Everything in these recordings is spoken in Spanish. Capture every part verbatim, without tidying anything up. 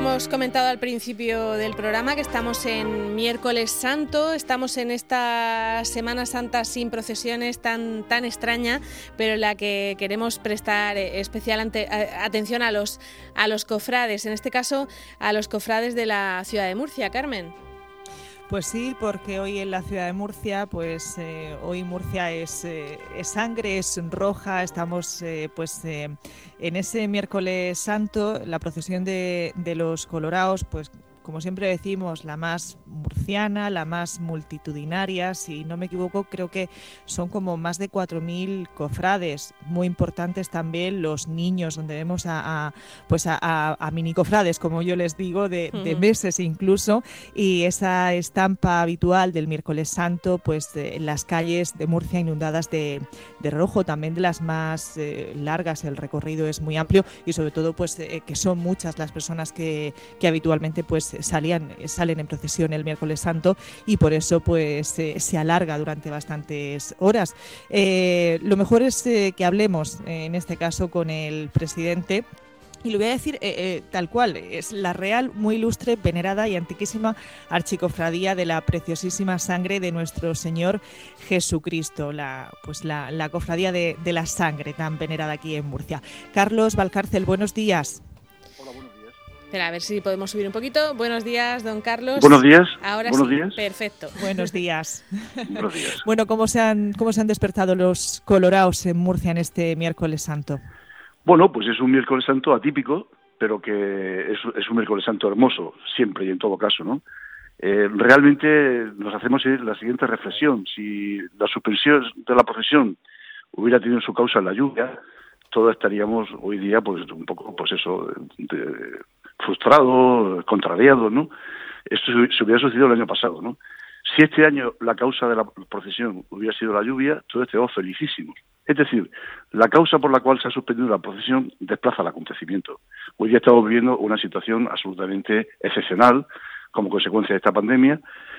hemos comentado al principio del programa que estamos en Miércoles Santo, estamos en esta Semana Santa sin procesiones tan, tan extraña, pero en la que queremos prestar especial ante, a, atención a los, a los cofrades, en este caso a los cofrades de la ciudad de Murcia. Carmen. Pues sí, porque hoy en la ciudad de Murcia, pues eh, hoy Murcia es, eh, es sangre, es roja. Estamos eh, pues eh, en ese miércoles santo, la procesión de, de los coloraos, pues como siempre decimos, la más murciana, la más multitudinaria. Si no me equivoco, creo que son como más de cuatro mil cofrades. Muy importantes también los niños, donde vemos a, a pues a, a, a mini cofrades, como yo les digo, de, de meses incluso. Y esa estampa habitual del miércoles santo, pues en las calles de Murcia inundadas de, de rojo, también de las más eh, largas. El recorrido es muy amplio y sobre todo pues eh, que son muchas las personas que, que habitualmente pues salían, salen en procesión el miércoles santo, y por eso pues eh, se alarga durante bastantes horas. Eh, lo mejor es eh, que hablemos eh, en este caso con el presidente. Y lo voy a decir eh, eh, tal cual, es la Real, muy ilustre, venerada y antiquísima Archicofradía de la Preciosísima Sangre de nuestro Señor Jesucristo, la, pues la, la cofradía de, de la sangre tan venerada aquí en Murcia. Carlos Valcárcel, buenos días. Hola, buenos días. Espera, a ver si podemos subir un poquito. Buenos días, don Carlos. Buenos días. Ahora buenos sí, días. perfecto. Buenos días. Buenos días. Bueno, ¿cómo se han, cómo se han despertado los coloraos en Murcia en este miércoles santo? Bueno, pues es un miércoles santo atípico, pero que es, es un miércoles santo hermoso, siempre y en todo caso, ¿no? Eh, realmente nos hacemos la siguiente reflexión. Si la suspensión de la procesión hubiera tenido su causa en la lluvia, todos estaríamos hoy día pues un poco, pues eso, de, frustrados, contrariados, ¿no? Esto se hubiera sucedido el año pasado, ¿no? Si este año la causa de la procesión hubiera sido la lluvia, todos estaríamos felicísimos. Es decir, la causa por la cual se ha suspendido la procesión desplaza el acontecimiento. Hoy día estamos viviendo una situación absolutamente excepcional como consecuencia de esta pandemia,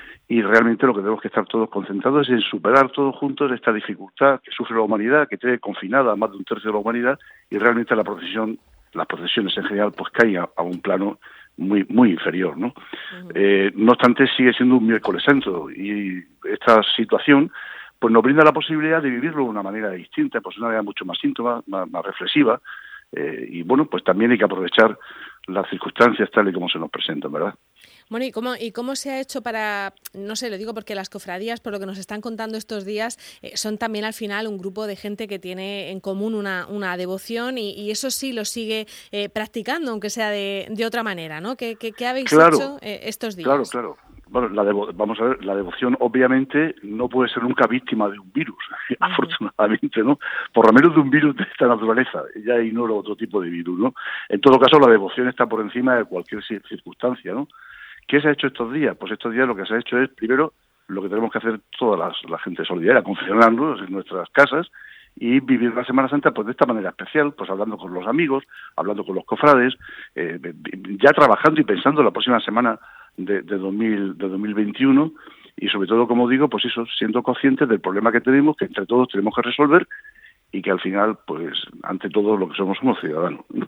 y realmente lo que tenemos que estar todos concentrados es en superar todos juntos esta dificultad que sufre la humanidad, que tiene confinada a más de un tercio de la humanidad, y realmente la procesión, las procesiones en general, pues caen a, a un plano muy muy inferior, ¿no? Uh-huh. Eh, no obstante, sigue siendo un miércoles santo, y esta situación pues nos brinda la posibilidad de vivirlo de una manera distinta, pues una manera mucho más íntima, más, más reflexiva, eh, y bueno, pues también hay que aprovechar las circunstancias tal y como se nos presentan, ¿verdad? Bueno, ¿y cómo, ¿y cómo se ha hecho para, no sé, lo digo porque las cofradías, por lo que nos están contando estos días, eh, son también al final un grupo de gente que tiene en común una, una devoción, y, y eso sí lo sigue eh, practicando, aunque sea de, de otra manera, ¿no? ¿Qué, qué, qué habéis claro, hecho eh, estos días? Claro, claro. Bueno, la devo- vamos a ver, la devoción obviamente no puede ser nunca víctima de un virus, uh-huh. afortunadamente, ¿no? Por lo menos de un virus de esta naturaleza, ya ignoro otro tipo de virus, ¿no? En todo caso, la devoción está por encima de cualquier circunstancia, ¿no? ¿Qué se ha hecho estos días? Pues estos días lo que se ha hecho es, primero, lo que tenemos que hacer toda la, la gente solidaria, confeccionarnos en nuestras casas y vivir la Semana Santa pues de esta manera especial, pues hablando con los amigos, hablando con los cofrades, eh, ya trabajando y pensando en la próxima semana de, de, dos mil, de dos mil veintiuno, y sobre todo, como digo, pues eso, siendo conscientes del problema que tenemos, que entre todos tenemos que resolver, y que al final, pues ante todo lo que somos somos ciudadanos, ¿no?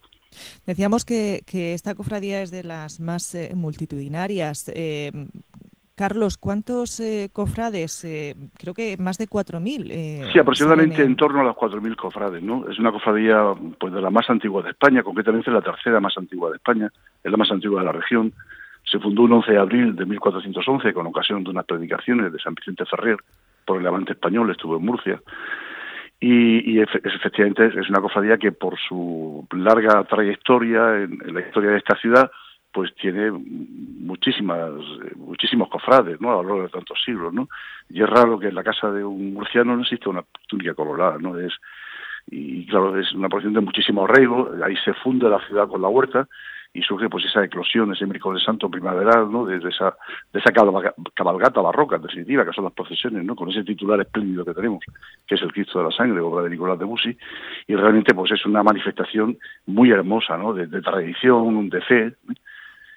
Decíamos que, que esta cofradía es de las más eh, multitudinarias. Eh, Carlos, ¿cuántos eh, cofrades? Eh, creo que más de cuatro mil. Eh, sí, aproximadamente en... en torno a las cuatro mil cofrades, ¿no? Es una cofradía pues de la más antigua de España, concretamente la tercera más antigua de España, es la más antigua de la región. Se fundó un once de abril de mil cuatrocientos once con ocasión de unas predicaciones de San Vicente Ferrer por el Levante español, estuvo en Murcia. Y, y efectivamente es una cofradía que por su larga trayectoria en, en la historia de esta ciudad pues tiene muchísimas muchísimos cofrades, ¿no? A lo largo de tantos siglos, ¿no? Y es raro que en la casa de un murciano no exista una túnica colorada, ¿no? Es y claro, es una procesión de muchísimo arraigo. Ahí se funde la ciudad con la huerta y surge pues esa eclosión, ese miércoles santo primaveral, ¿no? De, de esa de esa cabalgata barroca, en definitiva, que son las procesiones, ¿no? Con ese titular espléndido que tenemos, que es el Cristo de la Sangre, obra de Nicolás de Bussy, y realmente pues es una manifestación muy hermosa, ¿no? De, de tradición, de fe.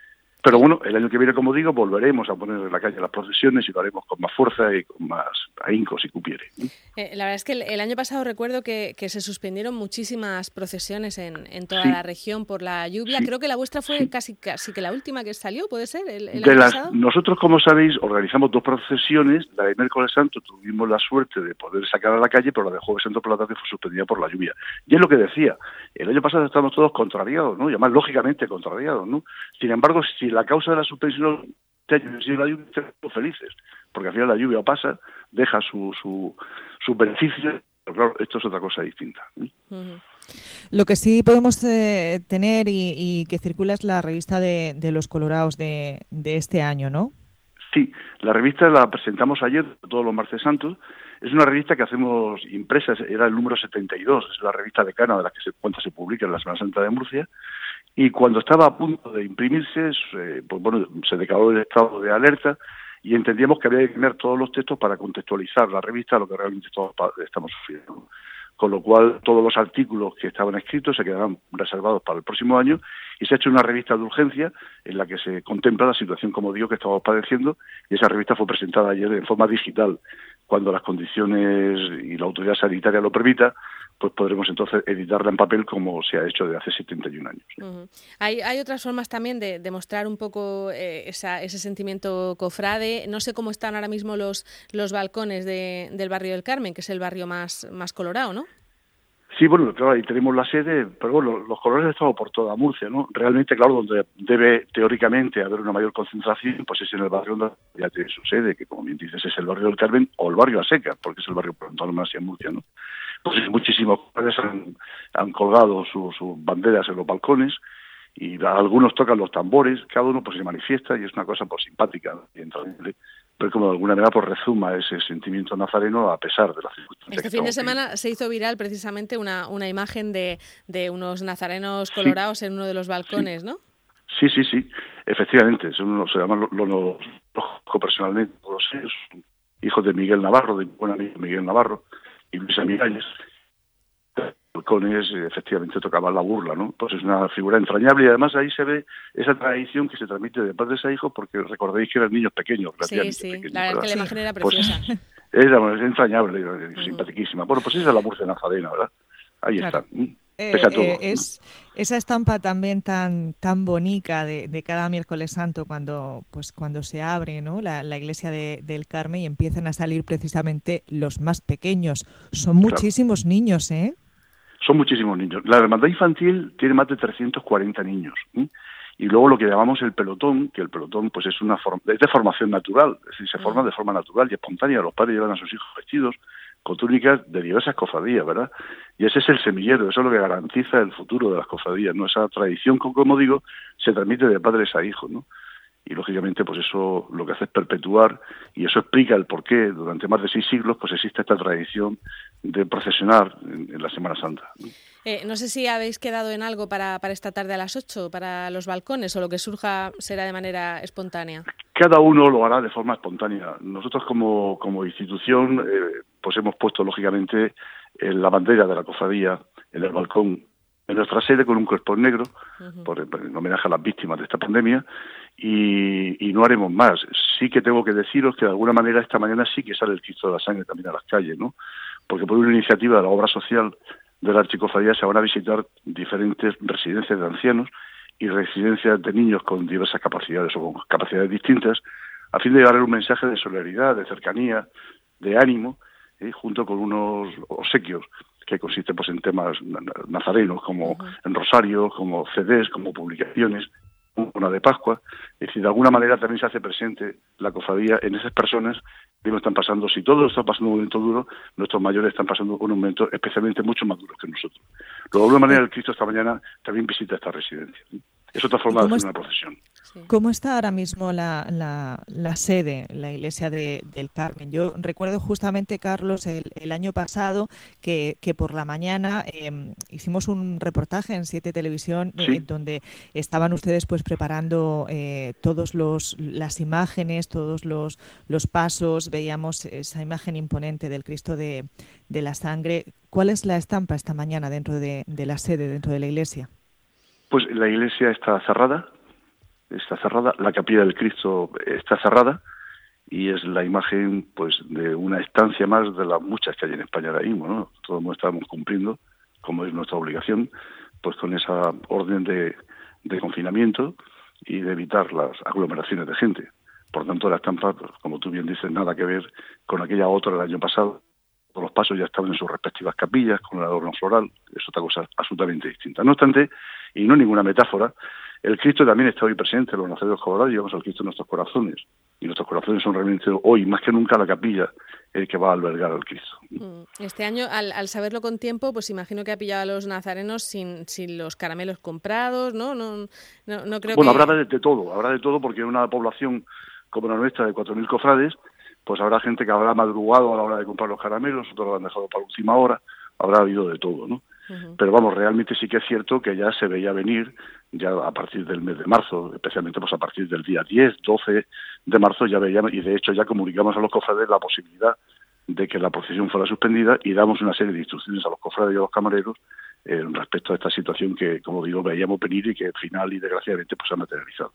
Pero bueno, el año que viene, como digo, volveremos a poner en la calle las procesiones y lo haremos con más fuerza y con más ahínco, si cupiere. Eh, la verdad es que el, el año pasado recuerdo que, que se suspendieron muchísimas procesiones en, en toda sí. la región por la lluvia. Sí. Creo que la vuestra fue sí. casi casi que la última que salió, ¿puede ser? El, el de año las, pasado. Nosotros, como sabéis, organizamos dos procesiones. La de Miércoles Santo tuvimos la suerte de poder sacar a la calle, pero la de Jueves Santo por la tarde fue suspendida por la lluvia. Y es lo que decía, el año pasado estábamos todos contrariados, ¿no? Y además, lógicamente, contrariados, ¿no? Sin embargo, si la causa de la suspensión este año si la lluvia, estamos felices, porque al final la lluvia pasa, deja su, su, sus beneficios, pero claro, esto es otra cosa distinta. ¿eh? Uh-huh. Lo que sí podemos eh, tener y, y que circula es la revista de, de los Colorados de, de este año, ¿no? Sí, la revista la presentamos ayer, todos los martes santos. Es una revista que hacemos impresa, era el número setenta y dos, es la revista decana de la que se cuenta se publica en la Semana Santa de Murcia. Y cuando estaba a punto de imprimirse, eh, pues bueno, se declaró el estado de alerta y entendíamos que había que cambiar todos los textos para contextualizar la revista a lo que realmente todos estamos sufriendo. Con lo cual, todos los artículos que estaban escritos se quedarán reservados para el próximo año y se ha hecho una revista de urgencia en la que se contempla la situación, como digo, que estamos padeciendo, y esa revista fue presentada ayer en forma digital. Cuando las condiciones y la autoridad sanitaria lo permita, pues podremos entonces editarla en papel como se ha hecho desde hace setenta y un años. Uh-huh. Hay, hay otras formas también de, de mostrar un poco eh, esa, ese sentimiento cofrade. No sé cómo están ahora mismo los, los balcones de, del barrio del Carmen, que es el barrio más, más colorado, ¿no? Sí, bueno, claro, ahí tenemos la sede, pero bueno, los colores han estado por toda Murcia, ¿no? Realmente, claro, donde debe teóricamente haber una mayor concentración, pues es en el barrio donde ya tiene su sede, que como bien dices es el barrio del Carmen o el barrio A Seca, porque es el barrio por más en Murcia, ¿no? Pues muchísimos colores han, han colgado sus su banderas en los balcones y algunos tocan los tambores, cada uno pues se manifiesta y es una cosa pues simpática, ¿no? Y entonces, pero como de alguna manera pues rezuma ese sentimiento nazareno a pesar de las circunstancias. Este fin de semana viendo. Se hizo viral precisamente una, una imagen de, de unos nazarenos colorados sí. en uno de los balcones, sí. ¿no? Sí, sí, sí, efectivamente, son unos, se llaman los, los, los conozco personalmente, todos ellos, hijos de Miguel Navarro, de mi buen amigo Miguel Navarro y Luisa Miralles. Balcones efectivamente tocaban la burla, ¿no? Pues es una figura entrañable y además ahí se ve esa tradición que se transmite de padres a hijos, porque recordéis que eran niños pequeños, relativamente sí, sí. pequeños. La verdad es que la imagen era preciosa. Pues, es, es entrañable, uh-huh. simpaticísima. Bueno, pues esa es la Murcia nazarena, ¿verdad? Ahí claro. está. Eh, eh, es esa estampa también tan tan bonita de, de cada miércoles santo cuando pues cuando se abre, ¿no? la, la iglesia de, del Carmen y empiezan a salir precisamente los más pequeños. Son claro. muchísimos niños, ¿eh? Son muchísimos niños. La hermandad infantil tiene más de trescientos cuarenta niños. ¿eh? Y luego lo que llamamos el pelotón, que el pelotón pues es una forma, es de formación natural, es decir, se forma de forma natural y espontánea. Los padres llevan a sus hijos vestidos con túnicas de diversas cofradías, ¿verdad? Y ese es el semillero, eso es lo que garantiza el futuro de las cofradías, ¿no? Esa tradición, como digo, se transmite de padres a hijos, ¿no? Y lógicamente, pues eso lo que hace es perpetuar, y eso explica el por qué durante más de seis siglos pues existe esta tradición de procesionar en, en la Semana Santa, ¿no? Eh, no sé si habéis quedado en algo para, para esta tarde a las ocho, para los balcones, o lo que surja será de manera espontánea. Cada uno lo hará de forma espontánea. Nosotros como, como institución eh, pues hemos puesto lógicamente en la bandera de la cofradía en el balcón en nuestra sede con un cuerpo negro, uh-huh. por, por, en homenaje a las víctimas de esta pandemia, y, y no haremos más. Sí que tengo que deciros que de alguna manera esta mañana sí que sale el Cristo de la Sangre también a las calles, ¿no? Porque por una iniciativa de la obra social de la Archicofradía se van a visitar diferentes residencias de ancianos y residencias de niños con diversas capacidades o con capacidades distintas, a fin de llevar un mensaje de solidaridad, de cercanía, de ánimo, ¿eh? junto con unos obsequios que consisten pues en temas nazarenos, como uh-huh. en rosarios, como C Ds, como publicaciones, una de Pascua. Es decir, de alguna manera también se hace presente la cofradía en esas personas que no están pasando, si todos están pasando un momento duro, nuestros mayores están pasando un momento especialmente mucho más duro que nosotros. De alguna manera el Cristo esta mañana también visita esta residencia. Es otra forma de hacer una procesión. ¿Cómo está ahora mismo la, la, la sede, la iglesia de, del Carmen? Yo recuerdo justamente, Carlos, el, el año pasado que, que por la mañana eh, hicimos un reportaje en Siete Televisión eh, ¿Sí? donde estaban ustedes pues preparando eh, todos los las imágenes, todos los, los pasos, veíamos esa imagen imponente del Cristo de, de la Sangre. ¿Cuál es la estampa esta mañana dentro de, de la sede, dentro de la iglesia? Pues la iglesia está cerrada, está cerrada, la capilla del Cristo está cerrada, y es la imagen pues de una estancia más de las muchas que hay en España ahora mismo, ¿no? Todos estamos cumpliendo, como es nuestra obligación, pues con esa orden de, de confinamiento y de evitar las aglomeraciones de gente. Por tanto, la estampa, pues, como tú bien dices, nada que ver con aquella otra del año pasado. Todos los pasos ya estaban en sus respectivas capillas, con el adorno floral, es otra cosa absolutamente distinta. No obstante, y no ninguna metáfora, el Cristo también está hoy presente en los nazarenos colorados, llevamos al Cristo en nuestros corazones. Y nuestros corazones son realmente hoy, más que nunca, la capilla el que va a albergar al Cristo. Este año, al, al saberlo con tiempo, pues imagino que ha pillado a los nazarenos sin, sin los caramelos comprados, ¿no? No, no, no creo bueno, que... habrá de, de todo, habrá de todo, porque una población como la nuestra de cuatro mil cofrades, pues habrá gente que habrá madrugado a la hora de comprar los caramelos, otros lo han dejado para última hora, habrá habido de todo, ¿no? Uh-huh. Pero vamos, realmente sí que es cierto que ya se veía venir, ya a partir del mes de marzo, especialmente pues a partir del día diez, doce de marzo ya veíamos, y de hecho ya comunicamos a los cofrades la posibilidad de que la procesión fuera suspendida y damos una serie de instrucciones a los cofrades y a los camareros eh, respecto a esta situación que, como digo, veíamos venir y que al final y desgraciadamente pues se ha materializado.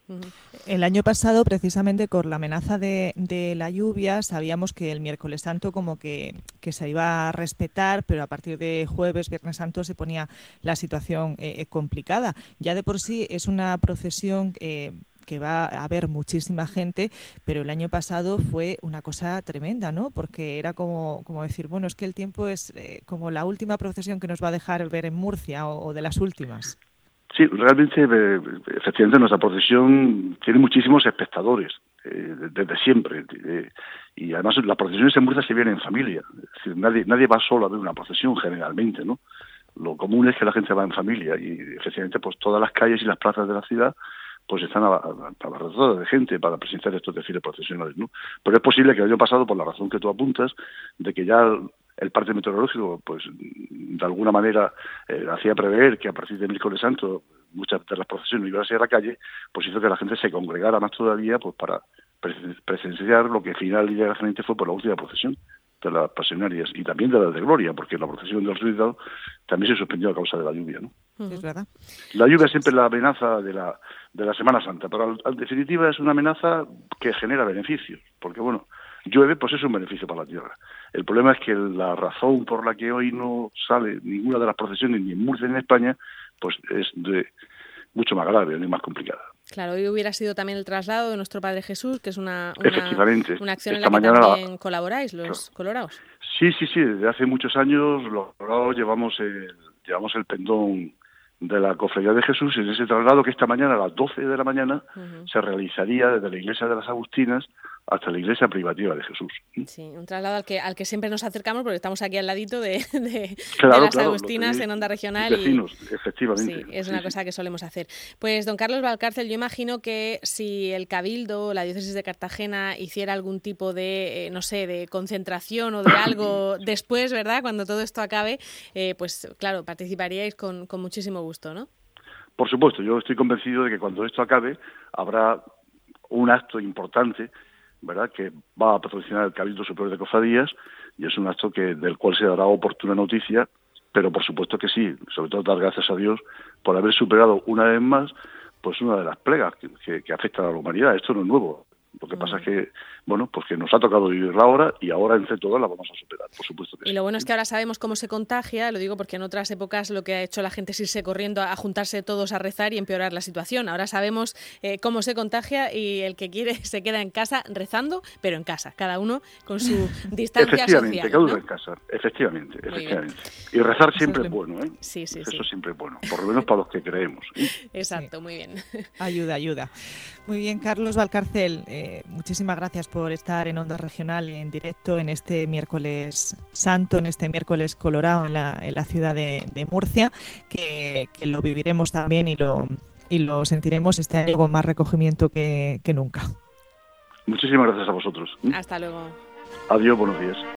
El año pasado, precisamente con la amenaza de, de la lluvia, sabíamos que el miércoles santo como que, que se iba a respetar, pero a partir de jueves, viernes santo se ponía la situación eh, complicada. Ya de por sí es una procesión eh, que va a haber muchísima gente, pero el año pasado fue una cosa tremenda, ¿no? Porque era como, como decir, bueno, es que el tiempo es eh, como la última procesión que nos va a dejar ver en Murcia o, o de las últimas. Sí, realmente, efectivamente, nuestra procesión tiene muchísimos espectadores, eh, desde siempre. Eh, y además las procesiones en Murcia se vienen en familia. Es decir, nadie, nadie va solo a ver una procesión generalmente, ¿no? Lo común es que la gente va en familia y efectivamente pues todas las calles y las plazas de la ciudad pues están abarrotadas de gente para presenciar estos desfiles procesionales, ¿no? Pero es posible que el año pasado, por la razón que tú apuntas, de que ya el parte meteorológico, pues de alguna manera eh, hacía prever que a partir de miércoles santo muchas de las procesiones iban a ser a la calle, pues hizo que la gente se congregara más todavía pues para presenciar lo que final y desgraciadamente fue por la última procesión de las pasionarias y también de las de Gloria, porque la procesión del Río también se suspendió a causa de la lluvia, ¿no? Es verdad. La lluvia siempre es la amenaza de la de la Semana Santa, pero en definitiva es una amenaza que genera beneficios, porque bueno, llueve, pues es un beneficio para la tierra. El problema es que la razón por la que hoy no sale ninguna de las procesiones, ni en Murcia ni en España, pues es de mucho más grave, ni más complicada. Claro, hoy hubiera sido también el traslado de nuestro Padre Jesús, que es una, una, Efectivamente. una acción Esta en la que mañana también colaboráis, los claro. colorados. Sí, sí, sí, desde hace muchos años los colorados llevamos el, llevamos el pendón de la Cofradía de Jesús en ese traslado que esta mañana a las doce de la mañana uh-huh. se realizaría desde la iglesia de las Agustinas hasta la iglesia privativa de Jesús. Sí, un traslado al que al que siempre nos acercamos porque estamos aquí al ladito de, de, claro, de las claro, Agustinas en Onda Regional. Vecinos, y, efectivamente. Sí, es una sí, cosa sí. que solemos hacer. Pues don Carlos Valcárcel, yo imagino que si el Cabildo, la Diócesis de Cartagena, hiciera algún tipo de, eh, no sé, de concentración o de algo después, ¿verdad?, cuando todo esto acabe, eh, pues claro, participaríais con, con muchísimo gusto, ¿no? Por supuesto, yo estoy convencido de que cuando esto acabe habrá un acto importante, ¿verdad?, que va a patrocinar el Cabildo Superior de Cofradías y es un acto que del cual se dará oportuna noticia, pero por supuesto que sí, sobre todo dar gracias a Dios por haber superado una vez más pues una de las plagas que, que, que afectan a la humanidad. Esto no es nuevo. Lo que mm. pasa es que, bueno, pues que nos ha tocado vivirla ahora y ahora entre todas la vamos a superar, por supuesto que sí. Y lo bueno es que ahora sabemos cómo se contagia, lo digo porque en otras épocas lo que ha hecho la gente es irse corriendo a juntarse todos a rezar y empeorar la situación. Ahora sabemos eh, cómo se contagia y el que quiere se queda en casa rezando, pero en casa, cada uno con su distancia efectivamente, social. Cada uno ¿no? en casa, efectivamente, Muy efectivamente. Bien. Y rezar siempre es, es bueno, ¿eh? Sí, sí, Eso sí. siempre es bueno, por lo menos para los que creemos. ¿eh? Exacto, sí. Muy bien. Ayuda, ayuda. Muy bien, Carlos Valcárcel, eh, muchísimas gracias por estar en Onda Regional en directo en este miércoles santo, en este miércoles colorado en la, en la ciudad de, de Murcia, que, que lo viviremos también y lo, y lo sentiremos este año con más recogimiento que, que nunca. Muchísimas gracias a vosotros. ¿eh? Hasta luego. Adiós, buenos días.